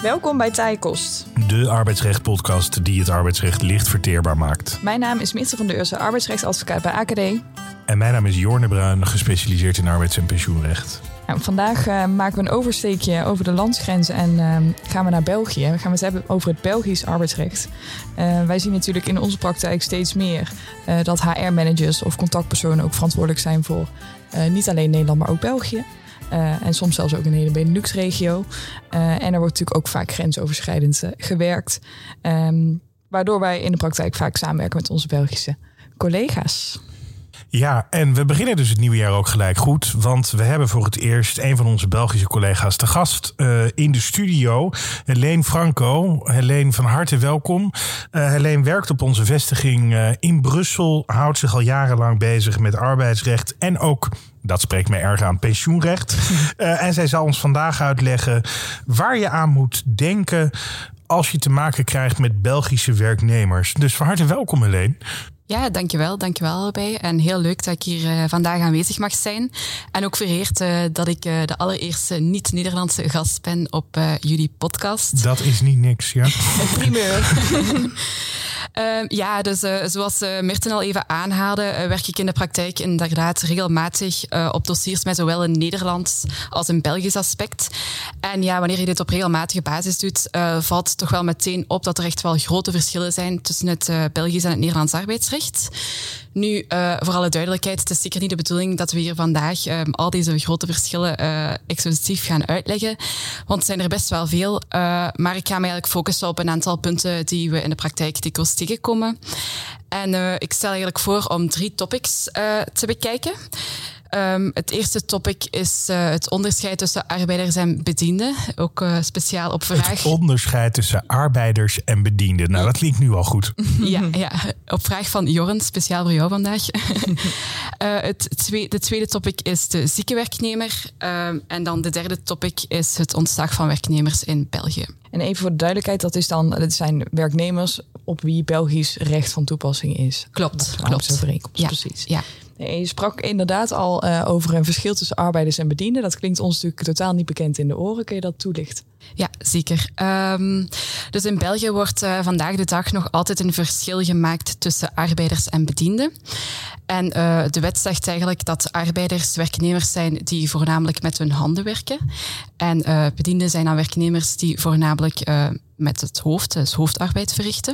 Welkom bij Taaienkost. De arbeidsrechtpodcast die het arbeidsrecht licht verteerbaar maakt. Mijn naam is Mitse van der Ursen, arbeidsrechtsadvocaat bij AKD. En mijn naam is Jorne Bruin, gespecialiseerd in arbeids- en pensioenrecht. Nou, vandaag maken we een oversteekje over de landsgrenzen en gaan we naar België. We gaan het hebben over het Belgisch arbeidsrecht. Wij zien natuurlijk in onze praktijk steeds meer dat HR-managers of contactpersonen ook verantwoordelijk zijn voor niet alleen Nederland, maar ook België. En soms zelfs ook een hele Benelux-regio. En er wordt natuurlijk ook vaak grensoverschrijdend gewerkt. Waardoor wij in de praktijk vaak samenwerken met onze Belgische collega's. Ja, en we beginnen dus het nieuwe jaar ook gelijk goed. Want we hebben voor het eerst een van onze Belgische collega's te gast in de studio. Helene Franco. Helene, van harte welkom. Helene werkt op onze vestiging in Brussel. Houdt zich al jarenlang bezig met arbeidsrecht en ook... Dat spreekt mij erg aan pensioenrecht. En zij zal ons vandaag uitleggen waar je aan moet denken als je te maken krijgt met Belgische werknemers. Dus van harte welkom, Helene. Ja, dankjewel allebei. En heel leuk dat ik hier vandaag aanwezig mag zijn. En ook vereerd dat ik de allereerste niet-Nederlandse gast ben op jullie podcast. Dat is niet niks, ja. Een primeur. Dus zoals Mirten al even aanhaalde, werk ik in de praktijk inderdaad regelmatig op dossiers met zowel een Nederlands als een Belgisch aspect. En ja, wanneer je dit op regelmatige basis doet, valt toch wel meteen op dat er echt wel grote verschillen zijn tussen het Belgisch en het Nederlands arbeidsrecht. Nu, voor alle duidelijkheid, het is zeker niet de bedoeling dat we hier vandaag al deze grote verschillen exhaustief gaan uitleggen. Want het zijn er best wel veel. Maar ik ga me eigenlijk focussen op een aantal punten die we in de praktijk dikwijls tegenkomen. En ik stel eigenlijk voor om 3 topics te bekijken. Het eerste topic is het onderscheid tussen arbeiders en bedienden. Ook speciaal op vraag. Het onderscheid tussen arbeiders en bedienden. Nou, dat klinkt nu al goed. Ja, op vraag van Jorn, speciaal voor jou vandaag. De tweede topic is de zieke werknemer. En dan de derde topic is het ontslag van werknemers in België. En even voor de duidelijkheid, dat zijn werknemers op wie Belgisch recht van toepassing is. Klopt. Ja, precies. Ja. Je sprak inderdaad al over een verschil tussen arbeiders en bedienden. Dat klinkt ons natuurlijk totaal niet bekend in de oren. Kun je dat toelichten? Ja, zeker. Dus in België wordt vandaag de dag nog altijd een verschil gemaakt tussen arbeiders en bedienden. En de wet zegt eigenlijk dat arbeiders werknemers zijn die voornamelijk met hun handen werken. En bedienden zijn dan werknemers die voornamelijk met het hoofd, dus hoofdarbeid verrichten.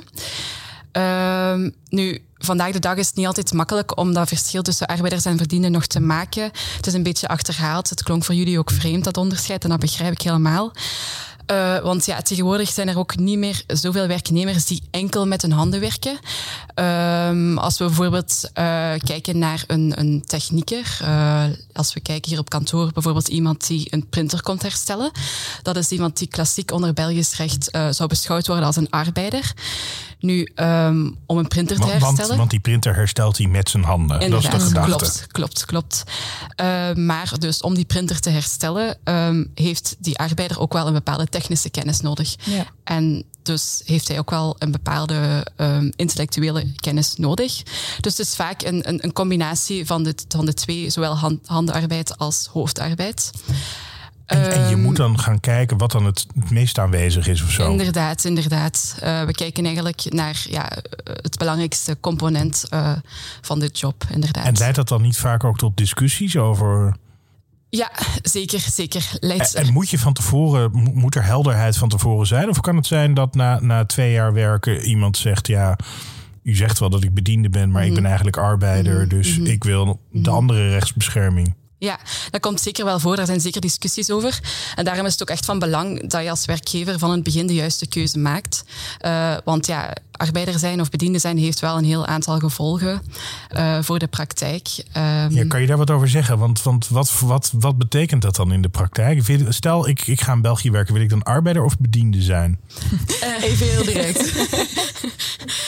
Nu, vandaag de dag is het niet altijd makkelijk om dat verschil tussen arbeiders en bedienden nog te maken. Het is een beetje achterhaald. Het klonk voor jullie ook vreemd, dat onderscheid, en dat begrijp ik helemaal. Want ja, tegenwoordig zijn er ook niet meer zoveel werknemers die enkel met hun handen werken. Als we bijvoorbeeld kijken naar een technieker, als we kijken hier op kantoor, bijvoorbeeld iemand die een printer komt herstellen, dat is iemand die klassiek onder Belgisch recht zou beschouwd worden als een arbeider. Nu, om een printer te herstellen... Want die printer herstelt hij met zijn handen. Inderdaad, dat is de gedachte. Klopt. Maar dus om die printer te herstellen, heeft die arbeider ook wel een bepaalde technische kennis nodig. Ja. En dus heeft hij ook wel een bepaalde intellectuele kennis nodig. Dus het is vaak een combinatie van de twee, zowel handenarbeid als hoofdarbeid. En je moet dan gaan kijken wat dan het meest aanwezig is of zo. Inderdaad. We kijken eigenlijk naar het belangrijkste component van de job, inderdaad. En leidt dat dan niet vaak ook tot discussies over... Ja, zeker. En moet er helderheid van tevoren zijn? Of kan het zijn dat na 2 jaar werken iemand zegt... ja, u zegt wel dat ik bediende ben, maar ik ben eigenlijk arbeider... dus ik wil de andere rechtsbescherming. Ja, dat komt zeker wel voor. Daar zijn zeker discussies over. En daarom is het ook echt van belang dat je als werkgever van het begin de juiste keuze maakt. Want ja, arbeider zijn of bediende zijn heeft wel een heel aantal gevolgen voor de praktijk. Kan je daar wat over zeggen? Want wat betekent dat dan in de praktijk? Stel, ik ga in België werken. Wil ik dan arbeider of bediende zijn? Even heel direct.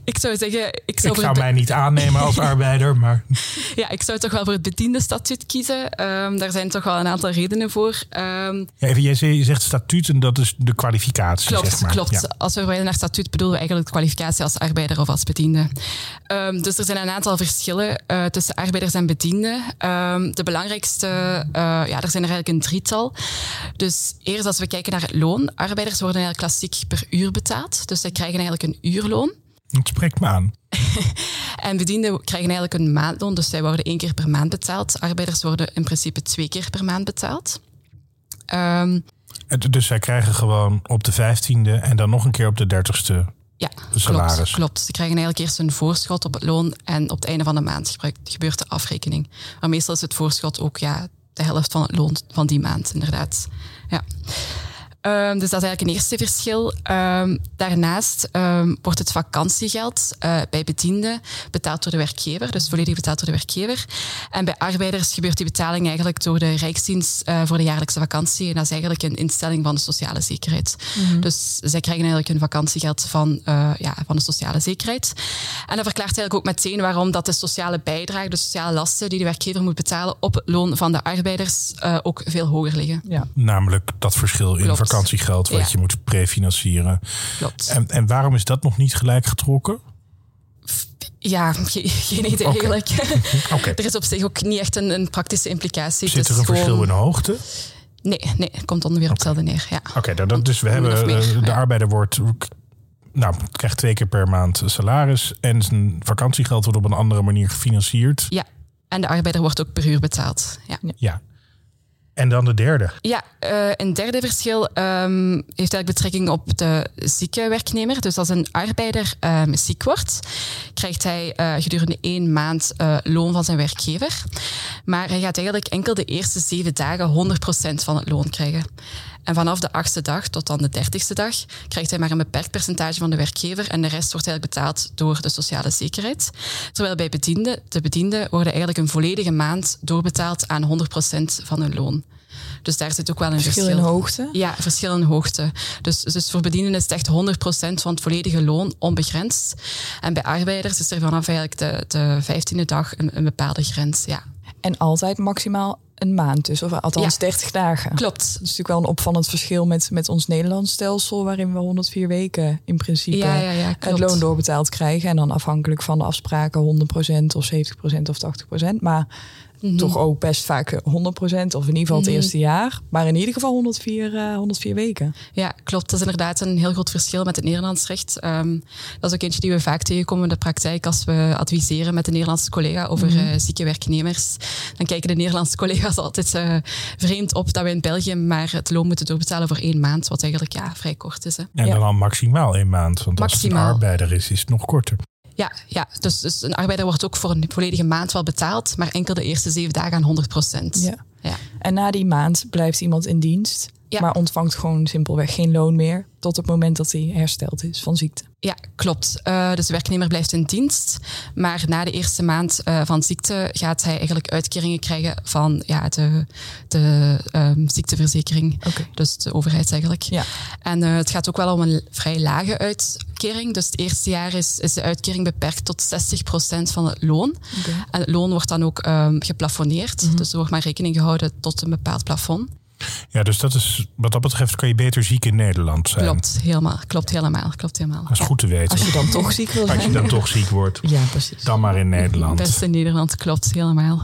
Ik zou zeggen... Ik zou mij niet aannemen als arbeider, maar... Ja, ik zou toch wel voor het bediendenstatuut kiezen. Daar zijn toch wel een aantal redenen voor. Je zegt statuut en dat is de kwalificatie, klopt, zeg maar. Klopt. Ja. Als we verwijzen naar statuut bedoelen we eigenlijk de kwalificatie als arbeider of als bediende. Dus er zijn een aantal verschillen tussen arbeiders en bedienden. De belangrijkste... er zijn er eigenlijk een drietal. Dus eerst als we kijken naar het loon. Arbeiders worden eigenlijk klassiek per uur betaald. Dus zij krijgen eigenlijk een uurloon. Dat spreekt me aan. En bedienden krijgen eigenlijk een maandloon, dus zij worden 1 keer per maand betaald. Arbeiders worden in principe 2 keer per maand betaald. Dus zij krijgen gewoon op de 15e en dan nog een keer op de 30e salaris. Klopt. Ze krijgen eigenlijk eerst een voorschot op het loon en op het einde van de maand gebeurt de afrekening. Maar meestal is het voorschot ook de helft van het loon van die maand, inderdaad. Ja. Dus dat is eigenlijk een eerste verschil. Daarnaast wordt het vakantiegeld bij bedienden betaald door de werkgever, dus volledig betaald door de werkgever. En bij arbeiders gebeurt die betaling eigenlijk door de Rijksdienst voor de jaarlijkse vakantie. En dat is eigenlijk een instelling van de sociale zekerheid. Mm-hmm. Dus zij krijgen eigenlijk hun vakantiegeld van de sociale zekerheid. En dat verklaart eigenlijk ook meteen waarom dat de sociale bijdrage, de sociale lasten die de werkgever moet betalen op het loon van de arbeiders ook veel hoger liggen. Ja. Namelijk dat verschil in vakantiegeld wat je moet prefinancieren. Klopt. En waarom is dat nog niet gelijk getrokken? Ja, geen idee eigenlijk. Okay. Er is op zich ook niet echt een praktische implicatie. Zit er een verschil in de hoogte? Nee, het komt ongeveer op hetzelfde neer. Ja. Oké, dus we hebben de arbeider krijgt 2 keer per maand salaris en zijn vakantiegeld wordt op een andere manier gefinancierd. Ja, en de arbeider wordt ook per uur betaald. Ja. En dan de derde? Ja, een derde verschil heeft eigenlijk betrekking op de zieke werknemer. Dus als een arbeider ziek wordt, krijgt hij gedurende 1 maand loon van zijn werkgever. Maar hij gaat eigenlijk enkel de eerste 7 dagen 100% van het loon krijgen. En vanaf de 8e dag tot dan de 30e dag krijgt hij maar een beperkt percentage van de werkgever en de rest wordt eigenlijk betaald door de sociale zekerheid. Terwijl bij de bedienden worden eigenlijk een volledige maand doorbetaald aan 100% van hun loon. Dus daar zit ook wel een verschil in hoogte? Ja, verschil in hoogte. Dus voor bedienden is het echt 100% van het volledige loon onbegrensd. En bij arbeiders is er vanaf eigenlijk de 15e dag een bepaalde grens, ja. En altijd maximaal een maand dus, of althans 30 dagen. Klopt. Dat is natuurlijk wel een opvallend verschil met ons Nederlands stelsel, waarin we 104 weken in principe het loon doorbetaald krijgen. En dan afhankelijk van de afspraken 100% of 70% of 80%. Maar toch ook best vaak 100%, of in ieder geval het eerste jaar. Maar in ieder geval 104 weken. Ja, klopt. Dat is inderdaad een heel groot verschil met het Nederlands recht. Dat is ook eentje die we vaak tegenkomen in de praktijk als we adviseren met de Nederlandse collega over zieke werknemers. Dan kijken de Nederlandse collega's altijd vreemd op dat we in België maar het loon moeten doorbetalen voor 1 maand, wat eigenlijk vrij kort is. Hè. En dan al maximaal 1 maand, want als het een arbeider is het nog korter. Ja, dus een arbeider wordt ook voor een volledige maand wel betaald, maar enkel de eerste 7 dagen aan 100%. Ja. En na die maand blijft iemand in dienst, maar ontvangt gewoon simpelweg geen loon meer tot het moment dat hij hersteld is van ziekte. Ja, klopt. Dus de werknemer blijft in dienst, maar na de eerste maand van ziekte gaat hij eigenlijk uitkeringen krijgen van de ziekteverzekering. Okay. Dus de overheid eigenlijk. Ja. En het gaat ook wel om een vrij lage uitkering. Dus het eerste jaar is de uitkering beperkt tot 60% van het loon. Okay. En het loon wordt dan ook geplafonneerd. Mm-hmm. Dus er wordt maar rekening gehouden tot een bepaald plafond. Ja, dus dat is, wat dat betreft kan je beter ziek in Nederland zijn. Klopt helemaal. Dat is goed te weten. Als je dan toch ziek wil zijn. Als je dan toch ziek wordt, dan maar in Nederland. Best in Nederland, klopt helemaal.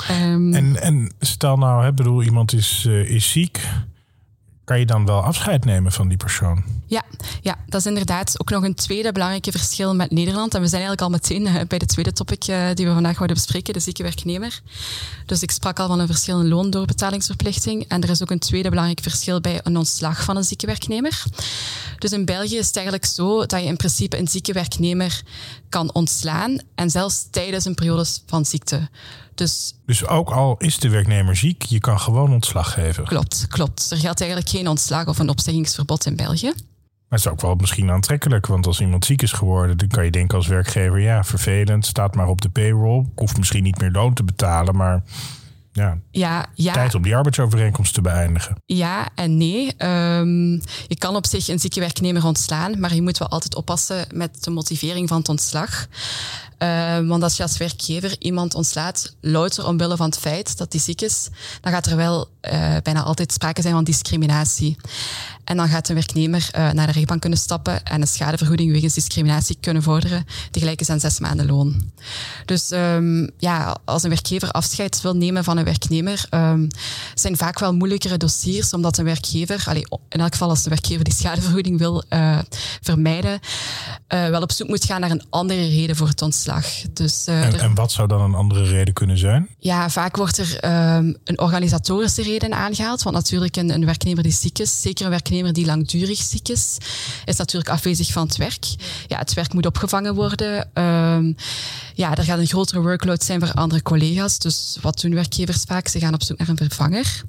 En stel nou, iemand is ziek. Kan je dan wel afscheid nemen van die persoon? Ja, dat is inderdaad ook nog een tweede belangrijke verschil met Nederland. En we zijn eigenlijk al meteen bij de tweede topic die we vandaag wilden bespreken, de zieke werknemer. Dus ik sprak al van een verschil in loondoorbetalingsverplichting. En er is ook een tweede belangrijk verschil bij een ontslag van een zieke werknemer. Dus in België is het eigenlijk zo dat je in principe een zieke werknemer kan ontslaan. En zelfs tijdens een periode van ziekte. Dus ook al is de werknemer ziek, je kan gewoon ontslag geven? Klopt. Er geldt eigenlijk geen ontslag of een opzeggingsverbod in België. Maar het is ook wel misschien aantrekkelijk, want als iemand ziek is geworden, dan kan je denken als werkgever, vervelend, staat maar op de payroll. Ik hoef misschien niet meer loon te betalen, maar tijd om die arbeidsovereenkomst te beëindigen. Ja en nee. Je kan op zich een zieke werknemer ontslaan, maar je moet wel altijd oppassen met de motivering van het ontslag. Want als je als werkgever iemand ontslaat louter omwille van het feit dat hij ziek is, dan gaat er wel bijna altijd sprake zijn van discriminatie. En dan gaat een werknemer naar de rechtbank kunnen stappen en een schadevergoeding wegens discriminatie kunnen vorderen, die gelijk is aan 6 maanden loon. Dus als een werkgever afscheid wil nemen van een werknemer, zijn vaak wel moeilijkere dossiers, omdat een werkgever, in elk geval als de werkgever die schadevergoeding wil vermijden, wel op zoek moet gaan naar een andere reden voor het ontslag. Dus, en wat zou dan een andere reden kunnen zijn? Ja, vaak wordt er een organisatorische reden aangehaald, want natuurlijk een werknemer die ziek is, zeker een werknemer die langdurig ziek is natuurlijk afwezig van het werk. Ja, het werk moet opgevangen worden. Er gaat een grotere workload zijn voor andere collega's. Dus wat doen werkgevers vaak? Ze gaan op zoek naar een vervanger.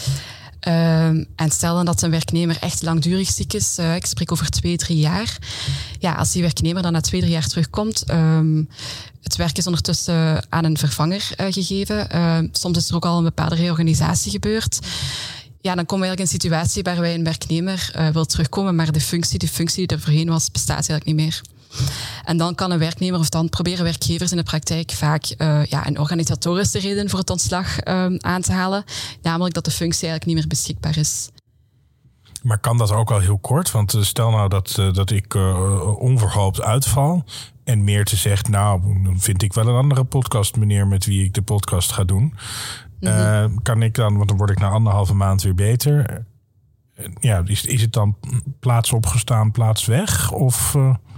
En stel dan dat een werknemer echt langdurig ziek is, ik spreek over 2-3 jaar. Ja, als die werknemer dan na 2-3 jaar terugkomt, het werk is ondertussen aan een vervanger gegeven. Soms is er ook al een bepaalde reorganisatie gebeurd. Ja, dan komen we eigenlijk in een situatie waarbij een werknemer wil terugkomen, maar de functie die er voorheen was, bestaat eigenlijk niet meer. En dan kan een werknemer, of dan proberen werkgevers in de praktijk vaak een organisatorische reden voor het ontslag aan te halen. Namelijk dat de functie eigenlijk niet meer beschikbaar is. Maar kan dat ook al heel kort? Want stel nou dat ik onverhoopt uitval en Meerte zegt, nou, dan vind ik wel een andere podcast, meneer, met wie ik de podcast ga doen. Kan ik dan, want dan word ik na 1,5 maand weer beter. Is het dan plaats opgestaan, plaats weg? Of...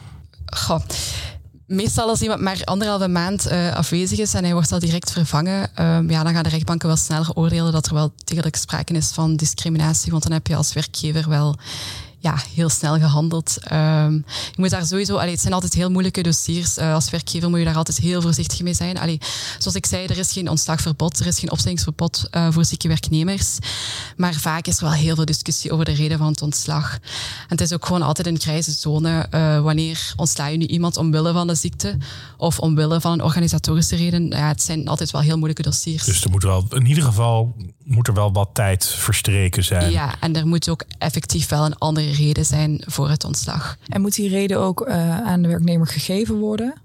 Meestal als iemand maar 1,5 maand afwezig is en hij wordt al direct vervangen, dan gaan de rechtbanken wel sneller oordelen dat er wel degelijk sprake is van discriminatie. Want dan heb je als werkgever wel heel snel gehandeld. Je moet daar sowieso... het zijn altijd heel moeilijke dossiers. Als werkgever moet je daar altijd heel voorzichtig mee zijn. Zoals ik zei, er is geen ontslagverbod, er is geen opzeggingsverbod voor zieke werknemers. Maar vaak is er wel heel veel discussie over de reden van het ontslag. En het is ook gewoon altijd een grijze zone. Wanneer ontsla je nu iemand omwille van de ziekte of omwille van een organisatorische reden? Ja, het zijn altijd wel heel moeilijke dossiers. Dus er moet wel, in ieder geval moet er wel wat tijd verstreken zijn. Ja, en er moet ook effectief wel een andere reden zijn voor het ontslag. En moet die reden ook aan de werknemer gegeven worden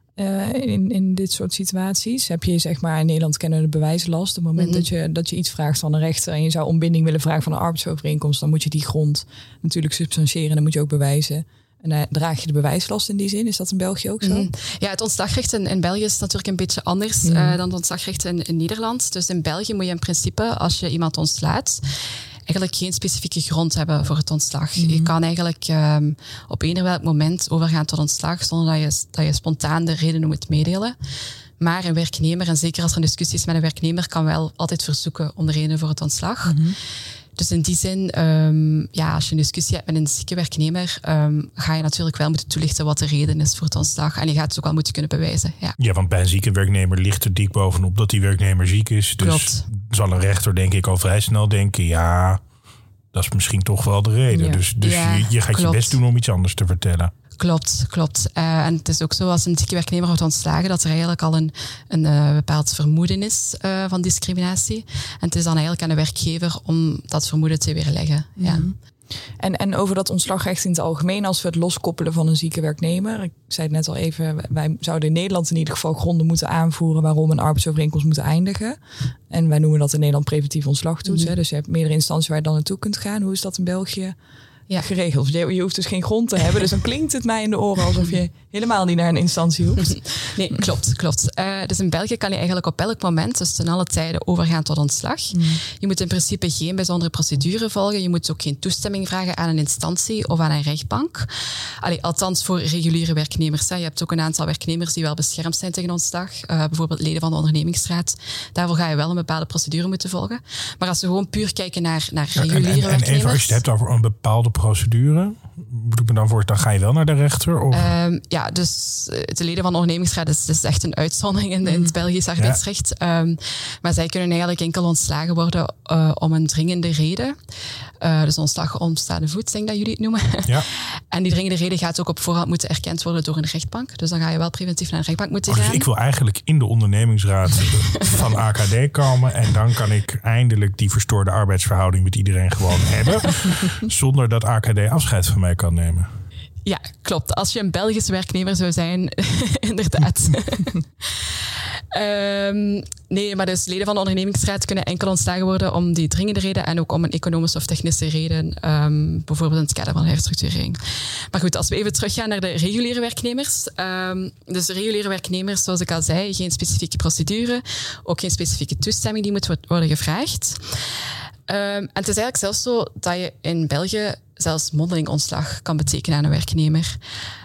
in dit soort situaties? Heb je, zeg maar, in Nederland kennen we de bewijslast. Op het moment dat je iets vraagt van een rechter en je zou ontbinding willen vragen van een arbeidsovereenkomst, dan moet je die grond natuurlijk substantiëren en dan moet je ook bewijzen. En dan draag je de bewijslast in die zin. Is dat in België ook zo? Ja, het ontslagrecht in België is natuurlijk een beetje anders dan het ontslagrecht in Nederland. Dus in België moet je in principe, als je iemand ontslaat, eigenlijk geen specifieke grond hebben voor het ontslag. Je kan eigenlijk op eender welk moment overgaan tot ontslag zonder dat je spontaan de redenen moet meedelen. Maar een werknemer, en zeker als er een discussie is met een werknemer, kan wel altijd verzoeken om de reden voor het ontslag. Dus in die zin, als je een discussie hebt met een zieke werknemer, ga je natuurlijk wel moeten toelichten wat de reden is voor het ontslag. En je gaat het ook wel moeten kunnen bewijzen. Ja, want bij een zieke werknemer ligt er dik bovenop dat die werknemer ziek is. Dus klopt. Zal een rechter denk ik al vrij snel denken, ja, dat is misschien toch wel de reden. Ja. Dus je gaat je best doen om iets anders te vertellen. Klopt. En het is ook zo, als een zieke werknemer wordt ontslagen, dat er eigenlijk al een bepaald vermoeden is van discriminatie. En het is dan eigenlijk aan de werkgever om dat vermoeden te weerleggen. Ja. En over dat ontslagrecht in het algemeen, als we het loskoppelen van een zieke werknemer. Ik zei het net al even, wij zouden in Nederland in ieder geval gronden moeten aanvoeren waarom een arbeidsovereenkomst moet eindigen. En wij noemen dat in Nederland preventief ontslagtoets. Dus je hebt meerdere instanties waar je dan naartoe kunt gaan. Hoe is dat in België geregeld? Je hoeft dus geen grond te hebben. Dus dan klinkt het mij in de oren alsof je helemaal niet naar een instantie hoeft. Nee, klopt. Dus in België kan je eigenlijk op elk moment, dus ten alle tijden, overgaan tot ontslag. Je moet in principe geen bijzondere procedure volgen. Je moet ook geen toestemming vragen aan een instantie of aan een rechtbank. Althans voor reguliere werknemers. Je hebt ook een aantal werknemers die wel beschermd zijn tegen ontslag. Bijvoorbeeld leden van de ondernemingsraad. Daarvoor ga je wel een bepaalde procedure moeten volgen. Maar als we gewoon puur kijken naar reguliere werknemers... En even als je het hebt over een bepaalde procedure, moet ik me dan voor, dan ga je wel naar de rechter? Of? Dus de leden van de ondernemingsraad is echt een uitzondering in het Belgisch arbeidsrecht. Maar zij kunnen eigenlijk enkel ontslagen worden om een dringende reden. Dus ontslag om staande voet, denk dat jullie het noemen. Ja. En die dringende reden gaat ook op voorhand moeten erkend worden door een rechtbank. Dus dan ga je wel preventief naar een rechtbank moeten gaan. Dus ik wil eigenlijk in de ondernemingsraad van AKD komen. En dan kan ik eindelijk die verstoorde arbeidsverhouding met iedereen gewoon hebben. Zonder dat AKD afscheid van mij kan nemen. Ja, klopt. Als je een Belgisch werknemer zou zijn, inderdaad. Nee, maar dus leden van de ondernemingsraad kunnen enkel ontslagen worden om die dringende reden en ook om een economische of technische reden, bijvoorbeeld in het kader van herstructurering. Maar goed, als we even teruggaan naar de reguliere werknemers. Dus de reguliere werknemers, zoals ik al zei, geen specifieke procedure, ook geen specifieke toestemming die moet worden gevraagd. En het is eigenlijk zelfs zo dat je in België zelfs mondeling ontslag kan betekenen aan een werknemer.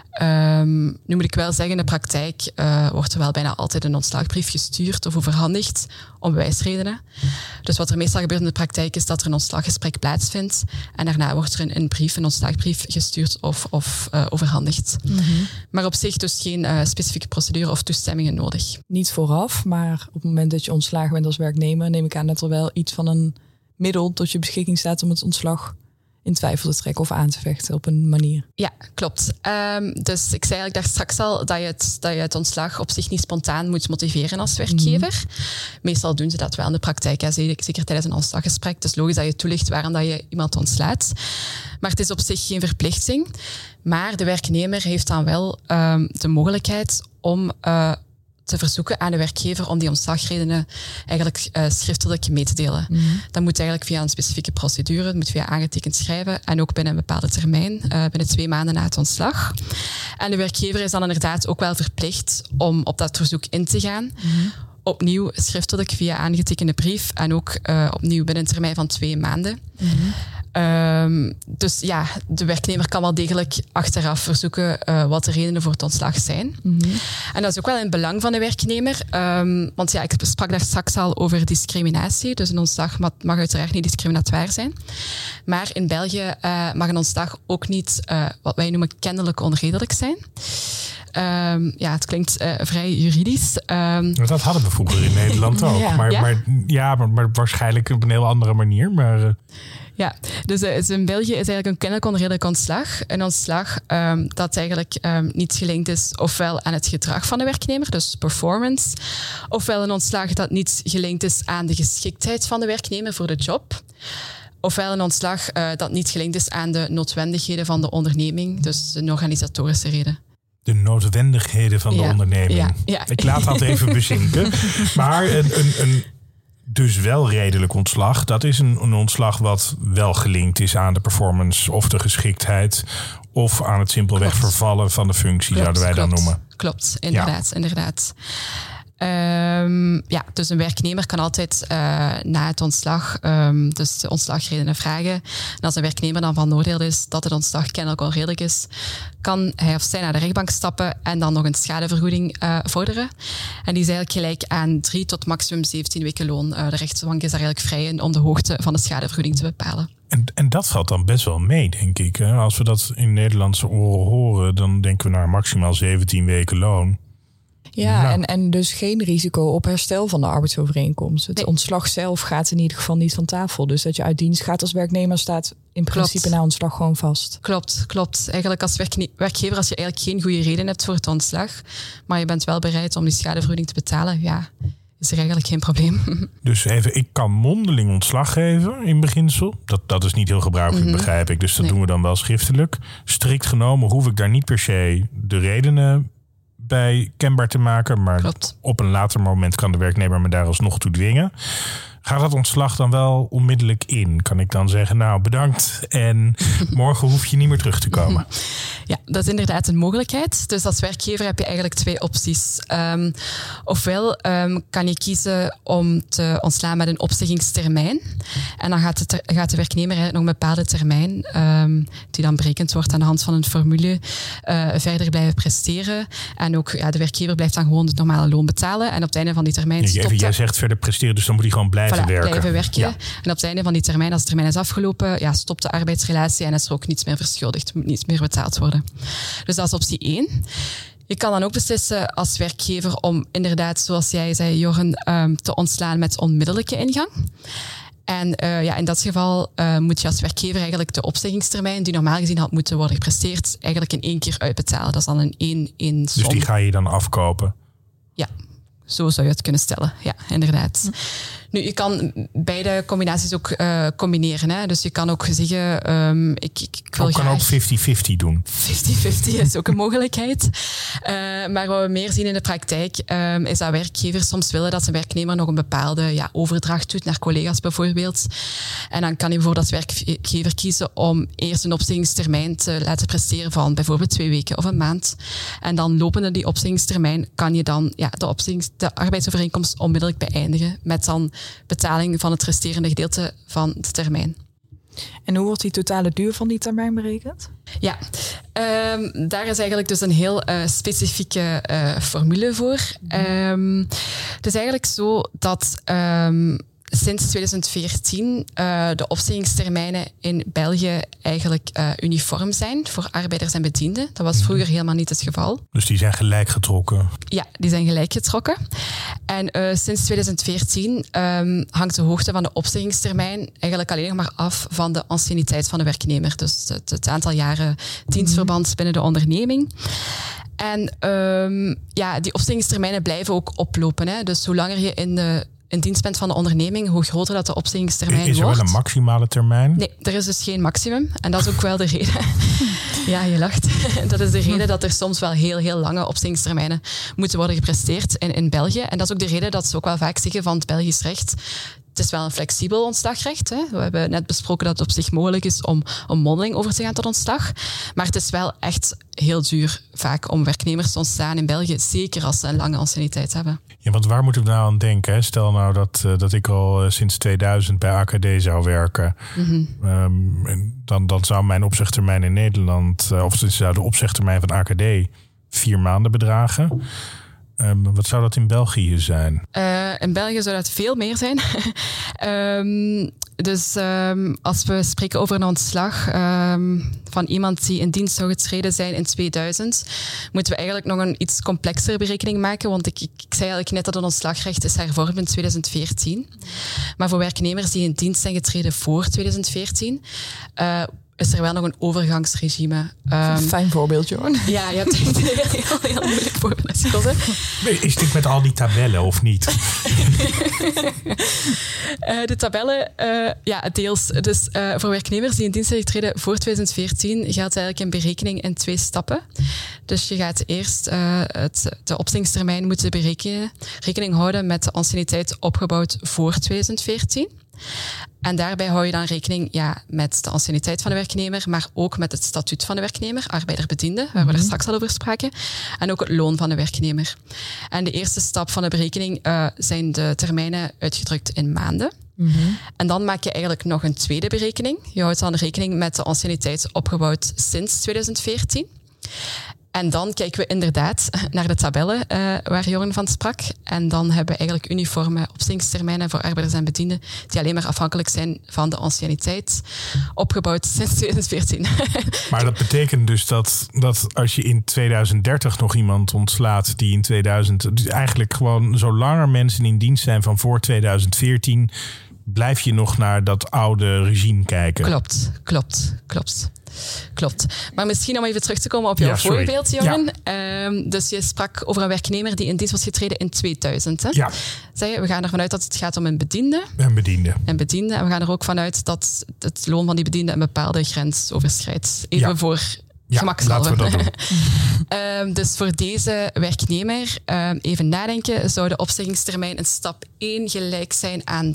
Nu moet ik wel zeggen, in de praktijk wordt er wel bijna altijd een ontslagbrief gestuurd of overhandigd om bewijsredenen. Dus wat er meestal gebeurt in de praktijk is dat er een ontslaggesprek plaatsvindt en daarna wordt er een ontslagbrief gestuurd of overhandigd. Mm-hmm. Maar op zich dus geen specifieke procedure of toestemmingen nodig. Niet vooraf, maar op het moment dat je ontslagen bent als werknemer, neem ik aan dat er wel iets van een middel tot je beschikking staat om het ontslag in twijfel te trekken of aan te vechten op een manier. Ja, klopt. Dus ik zei eigenlijk daar straks al dat je het ontslag op zich niet spontaan moet motiveren als werkgever. Meestal doen ze dat wel in de praktijk, hè, zeker tijdens een ontslaggesprek. Het is logisch dat je toelicht waarom dat je iemand ontslaat. Maar het is op zich geen verplichting. Maar de werknemer heeft dan wel de mogelijkheid om te verzoeken aan de werkgever om die ontslagredenen eigenlijk schriftelijk mee te delen. Mm-hmm. Dat moet eigenlijk via een specifieke procedure, dat moet via aangetekend schrijven en ook binnen een bepaalde termijn, binnen 2 maanden na het ontslag. En de werkgever is dan inderdaad ook wel verplicht om op dat verzoek in te gaan. Mm-hmm. Opnieuw schriftelijk via aangetekende brief en ook opnieuw binnen een termijn van 2 maanden. Mm-hmm. Dus ja, de werknemer kan wel degelijk achteraf verzoeken wat de redenen voor het ontslag zijn. Mm-hmm. En dat is ook wel in het belang van de werknemer. Want ja, ik sprak daar straks al over discriminatie. Dus een ontslag mag uiteraard niet discriminatoire zijn. Maar in België mag een ontslag ook niet wat wij noemen kennelijk onredelijk zijn. Ja, het klinkt vrij juridisch. Dat hadden we vroeger in Nederland ook. Ja. Maar waarschijnlijk op een heel andere manier. Maar ja, dus in België is eigenlijk een kennelijk onredelijk ontslag. Een ontslag dat eigenlijk niet gelinkt is ofwel aan het gedrag van de werknemer, dus performance, ofwel een ontslag dat niet gelinkt is aan de geschiktheid van de werknemer voor de job. Ofwel een ontslag dat niet gelinkt is aan de noodwendigheden van de onderneming, dus een organisatorische reden. De noodwendigheden van de onderneming. Ja. Ik laat dat even bezinken. Maar een dus wel redelijk ontslag. Dat is een ontslag wat wel gelinkt is aan de performance of de geschiktheid of aan het simpelweg vervallen van de functie, zouden wij dan noemen. Klopt, inderdaad. Dus een werknemer kan altijd na het ontslag dus de ontslagredenen vragen. En als een werknemer dan van oordeel is dat het ontslag kennelijk onredelijk is, kan hij of zij naar de rechtbank stappen en dan nog een schadevergoeding vorderen. En die is eigenlijk gelijk aan 3 tot maximum 17 weken loon. De rechtbank is daar eigenlijk vrij in om de hoogte van de schadevergoeding te bepalen. En dat valt dan best wel mee, denk ik. Als we dat in Nederlandse oren horen, dan denken we naar maximaal 17 weken loon. Ja, en dus geen risico op herstel van de arbeidsovereenkomst. Het ontslag zelf gaat in ieder geval niet van tafel. Dus dat je uit dienst gaat als werknemer staat in principe na ontslag gewoon vast. Klopt. Eigenlijk als werkgever, als je eigenlijk geen goede reden hebt voor het ontslag, maar je bent wel bereid om die schadevergoeding te betalen, ja, is er eigenlijk geen probleem. Dus even, ik kan mondeling ontslag geven in beginsel. Dat is niet heel gebruikelijk, begrijp ik. Dus dat doen we dan wel schriftelijk. Strikt genomen hoef ik daar niet per se de redenen bij kenbaar te maken. Maar op een later moment kan de werknemer me daar alsnog toe dwingen. Gaat dat ontslag dan wel onmiddellijk in? Kan ik dan zeggen, nou bedankt en morgen hoef je niet meer terug te komen? Ja, dat is inderdaad een mogelijkheid. Dus als werkgever heb je eigenlijk 2 opties. Ofwel kan je kiezen om te ontslaan met een opzeggingstermijn. En dan gaat de werknemer eigenlijk nog een bepaalde termijn, die dan berekend wordt aan de hand van een formule, verder blijven presteren. En ook de werkgever blijft dan gewoon het normale loon betalen. En op het einde van die termijn Jij zegt verder presteren, dus dan moet hij gewoon blijven werken. Blijven werken. Ja. En op het einde van die termijn, als de termijn is afgelopen, stopt de arbeidsrelatie en is er ook niets meer verschuldigd, moet niets meer betaald worden. Dus dat is optie 1. Je kan dan ook beslissen als werkgever om inderdaad, zoals jij zei, Jorren, te ontslaan met onmiddellijke ingang. En in dat geval moet je als werkgever eigenlijk de opzeggingstermijn, die normaal gezien had moeten worden gepresteerd, eigenlijk in 1 keer uitbetalen. Dat is dan een 1 som. Dus die ga je dan afkopen? Ja, zo zou je het kunnen stellen. Ja, inderdaad. Nu, je kan beide combinaties ook combineren. Hè? Dus je kan ook zeggen, ik wil kan ook 50-50 doen. 50-50 is ook een mogelijkheid. Maar wat we meer zien in de praktijk, is dat werkgevers soms willen dat een werknemer nog een bepaalde overdracht doet naar collega's bijvoorbeeld. En dan kan je bijvoorbeeld als werkgever kiezen om eerst een opzeggingstermijn te laten presteren van bijvoorbeeld 2 weken of een maand. En dan lopende die opzeggingstermijn kan je dan de arbeidsovereenkomst onmiddellijk beëindigen met dan betaling van het resterende gedeelte van de termijn. En hoe wordt die totale duur van die termijn berekend? Ja, daar is eigenlijk dus een heel specifieke formule voor. Het is eigenlijk zo dat sinds 2014 de opzeggingstermijnen in België eigenlijk uniform zijn voor arbeiders en bedienden. Dat was vroeger helemaal niet het geval. Dus die zijn gelijk getrokken? Ja, die zijn gelijk getrokken. En sinds 2014 hangt de hoogte van de opzeggingstermijn eigenlijk alleen nog maar af van de anciëniteit van de werknemer. Dus het aantal jaren dienstverband binnen de onderneming. En die opzeggingstermijnen blijven ook oplopen. Hè. Dus hoe langer je in dienst bent van de onderneming, hoe groter dat de opzeggingstermijn wordt. Is er wel een maximale termijn? Nee, er is dus geen maximum. En dat is ook wel de reden. Ja, je lacht. Dat is de reden dat er soms wel heel, heel lange opzeggingstermijnen moeten worden gepresteerd in België. En dat is ook de reden dat ze ook wel vaak zeggen van het Belgisch recht. Het is wel een flexibel ontslagrecht. Hè. We hebben net besproken dat het op zich mogelijk is om mondeling over te gaan tot ontslag. Maar het is wel echt heel duur vaak om werknemers te ontstaan in België. Zeker als ze een lange anciëniteit hebben. Ja, want waar moeten we nou aan denken? Hè? Stel nou dat ik al sinds 2000 bij AKD zou werken. Dan zou mijn opzegtermijn in Nederland, of zou de opzegtermijn van AKD 4 maanden bedragen. Wat zou dat in België zijn? In België zou dat veel meer zijn. Dus als we spreken over een ontslag van iemand die in dienst zou getreden zijn in 2000, moeten we eigenlijk nog een iets complexere berekening maken. Want ik zei eigenlijk net dat het ontslagrecht is hervormd in 2014. Maar voor werknemers die in dienst zijn getreden voor 2014... is er wel nog een overgangsregime. Fijn voorbeeld, Johan. Ja, je hebt een heel moeilijk voorbeeld gekozen. Is dit met al die tabellen of niet? De tabellen, deels. Dus voor werknemers die in dienst zijn getreden voor 2014 geldt eigenlijk een berekening in 2 stappen. Dus je gaat eerst de opzeggingstermijn moeten berekenen, rekening houden met de anciëniteit opgebouwd voor 2014. En daarbij hou je dan rekening met de anciëniteit van de werknemer, maar ook met het statuut van de werknemer, arbeider-bediende, waar we daar straks al over spraken, en ook het loon van de werknemer. En de eerste stap van de berekening zijn de termijnen uitgedrukt in maanden. En dan maak je eigenlijk nog een tweede berekening. Je houdt dan rekening met de anciëniteit opgebouwd sinds 2014. En dan kijken we inderdaad naar de tabellen waar Jorn van sprak. En dan hebben we eigenlijk uniforme opzeggingstermijnen voor arbeiders en bedienden die alleen maar afhankelijk zijn van de anciëniteit, opgebouwd sinds 2014. Maar dat betekent dus dat als je in 2030 nog iemand ontslaat die in 2000... eigenlijk gewoon zolang er mensen in dienst zijn van voor 2014... blijf je nog naar dat oude regime kijken. Klopt. Maar misschien om even terug te komen op jouw voorbeeld, Jorn. Ja. Dus je sprak over een werknemer die in dienst was getreden in 2000. Hè? Ja. Zeg je, we gaan ervan uit dat het gaat om een bediende. Een bediende. En we gaan er ook vanuit dat het loon van die bediende een bepaalde grens overschrijdt. Even voor gemakshalve. Laten we dat doen. Dus voor deze werknemer, even nadenken, zou de opzeggingstermijn in stap 1 gelijk zijn aan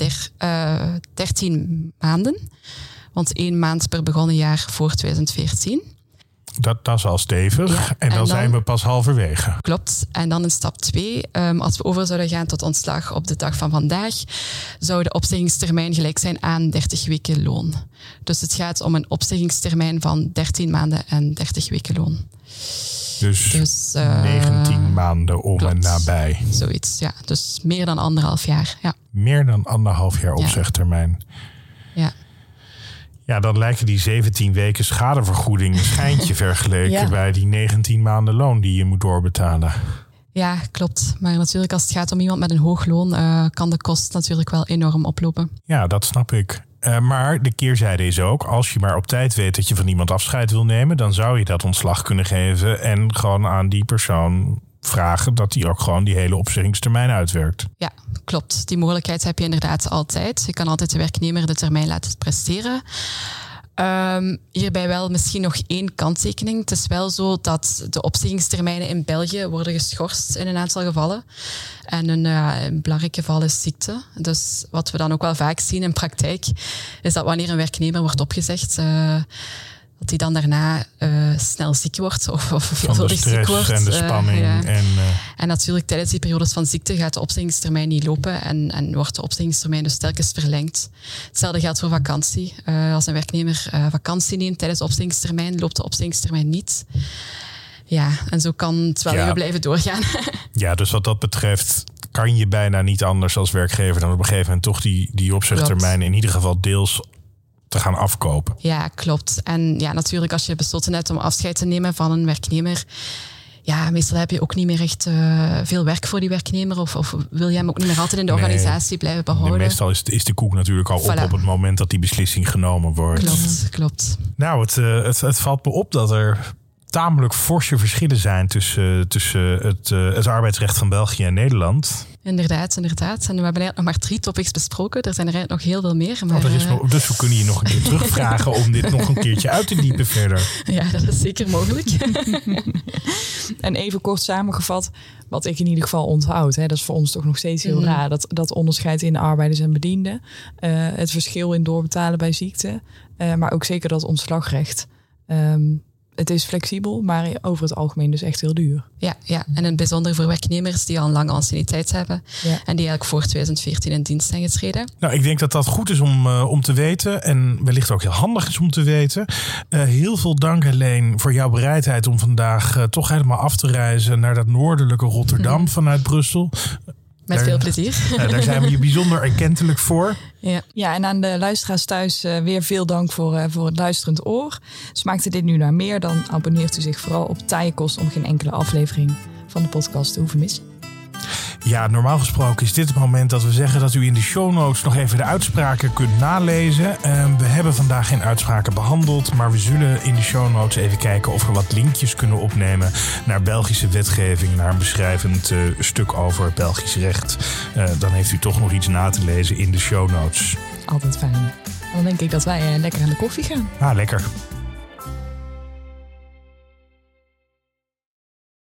13 maanden. Want 1 maand per begonnen jaar voor 2014. Dat is al stevig. Ja, en dan zijn we pas halverwege. Klopt. En dan in stap 2, als we over zouden gaan tot ontslag op de dag van vandaag, zou de opzeggingstermijn gelijk zijn aan 30 weken loon. Dus het gaat om een opzeggingstermijn van 13 maanden en 30 weken loon. Dus 19 maanden om en nabij. Zoiets, ja. Dus meer dan 1,5 jaar. Ja. Meer dan 1,5 jaar opzegtermijn. Ja. Ja, dan lijken die 17 weken schadevergoeding een schijntje vergeleken bij die 19 maanden loon die je moet doorbetalen. Ja, klopt. Maar natuurlijk als het gaat om iemand met een hoog loon, kan de kost natuurlijk wel enorm oplopen. Ja, dat snap ik. Maar de keerzijde is ook, als je maar op tijd weet dat je van iemand afscheid wil nemen, dan zou je dat ontslag kunnen geven en gewoon aan die persoon vragen dat hij ook gewoon die hele opzeggingstermijn uitwerkt. Ja, klopt. Die mogelijkheid heb je inderdaad altijd. Je kan altijd de werknemer de termijn laten presteren. Hierbij wel misschien nog 1 kanttekening. Het is wel zo dat de opzeggingstermijnen in België worden geschorst in een aantal gevallen. En een belangrijk geval is ziekte. Dus wat we dan ook wel vaak zien in praktijk, is dat wanneer een werknemer wordt opgezegd, dat hij dan daarna snel ziek wordt of veelvuldig ziek wordt. En de spanning. Ja. En natuurlijk tijdens die periodes van ziekte gaat de opzeggingstermijn niet lopen en wordt de opzeggingstermijn dus telkens verlengd. Hetzelfde geldt voor vakantie. Als een werknemer vakantie neemt tijdens de opzeggingstermijn, loopt de opzeggingstermijn niet. Ja, en zo kan het wel even blijven doorgaan. Ja, dus wat dat betreft kan je bijna niet anders als werkgever dan op een gegeven moment toch die opzegtermijn in ieder geval deels te gaan afkopen. Ja, klopt. En ja, natuurlijk als je besloten hebt om afscheid te nemen van een werknemer, ja, meestal heb je ook niet meer echt veel werk voor die werknemer of wil je hem ook niet meer altijd in de organisatie blijven behouden. Meestal is de koek natuurlijk al op het moment dat die beslissing genomen wordt. Klopt. Nou, het valt me op dat er tamelijk forse verschillen zijn tussen het arbeidsrecht van België en Nederland. Inderdaad. En we hebben eigenlijk nog maar 3 topics besproken. Er zijn er eigenlijk nog heel veel meer. Maar, dus we kunnen je nog een keer terugvragen om dit nog een keertje uit te diepen verder. Ja, dat is zeker mogelijk. En even kort samengevat, wat ik in ieder geval onthoud. Hè, dat is voor ons toch nog steeds heel raar. Dat onderscheid in arbeiders en bedienden. Het verschil in doorbetalen bij ziekte. Maar ook zeker dat ontslagrecht. Het is flexibel, maar over het algemeen dus echt heel duur. Ja, en in het bijzonder voor werknemers die al een lange anciëniteit hebben. Ja. En die eigenlijk voor 2014 in dienst zijn getreden. Nou, ik denk dat dat goed is om te weten. En wellicht ook heel handig is om te weten. Heel veel dank, Helene, voor jouw bereidheid om vandaag toch helemaal af te reizen naar dat noordelijke Rotterdam vanuit Brussel. Met veel plezier. Daar zijn we je bijzonder erkentelijk voor. Ja, en aan de luisteraars thuis weer veel dank voor het luisterend oor. Smaakte dit nu naar meer, dan abonneert u zich vooral op Taaie Kost om geen enkele aflevering van de podcast te hoeven missen. Ja, normaal gesproken is dit het moment dat we zeggen dat u in de show notes nog even de uitspraken kunt nalezen. We hebben vandaag geen uitspraken behandeld, maar we zullen in de show notes even kijken of we wat linkjes kunnen opnemen naar Belgische wetgeving, naar een beschrijvend stuk over Belgisch recht. Dan heeft u toch nog iets na te lezen in de show notes. Altijd fijn. Dan denk ik dat wij lekker aan de koffie gaan. Lekker.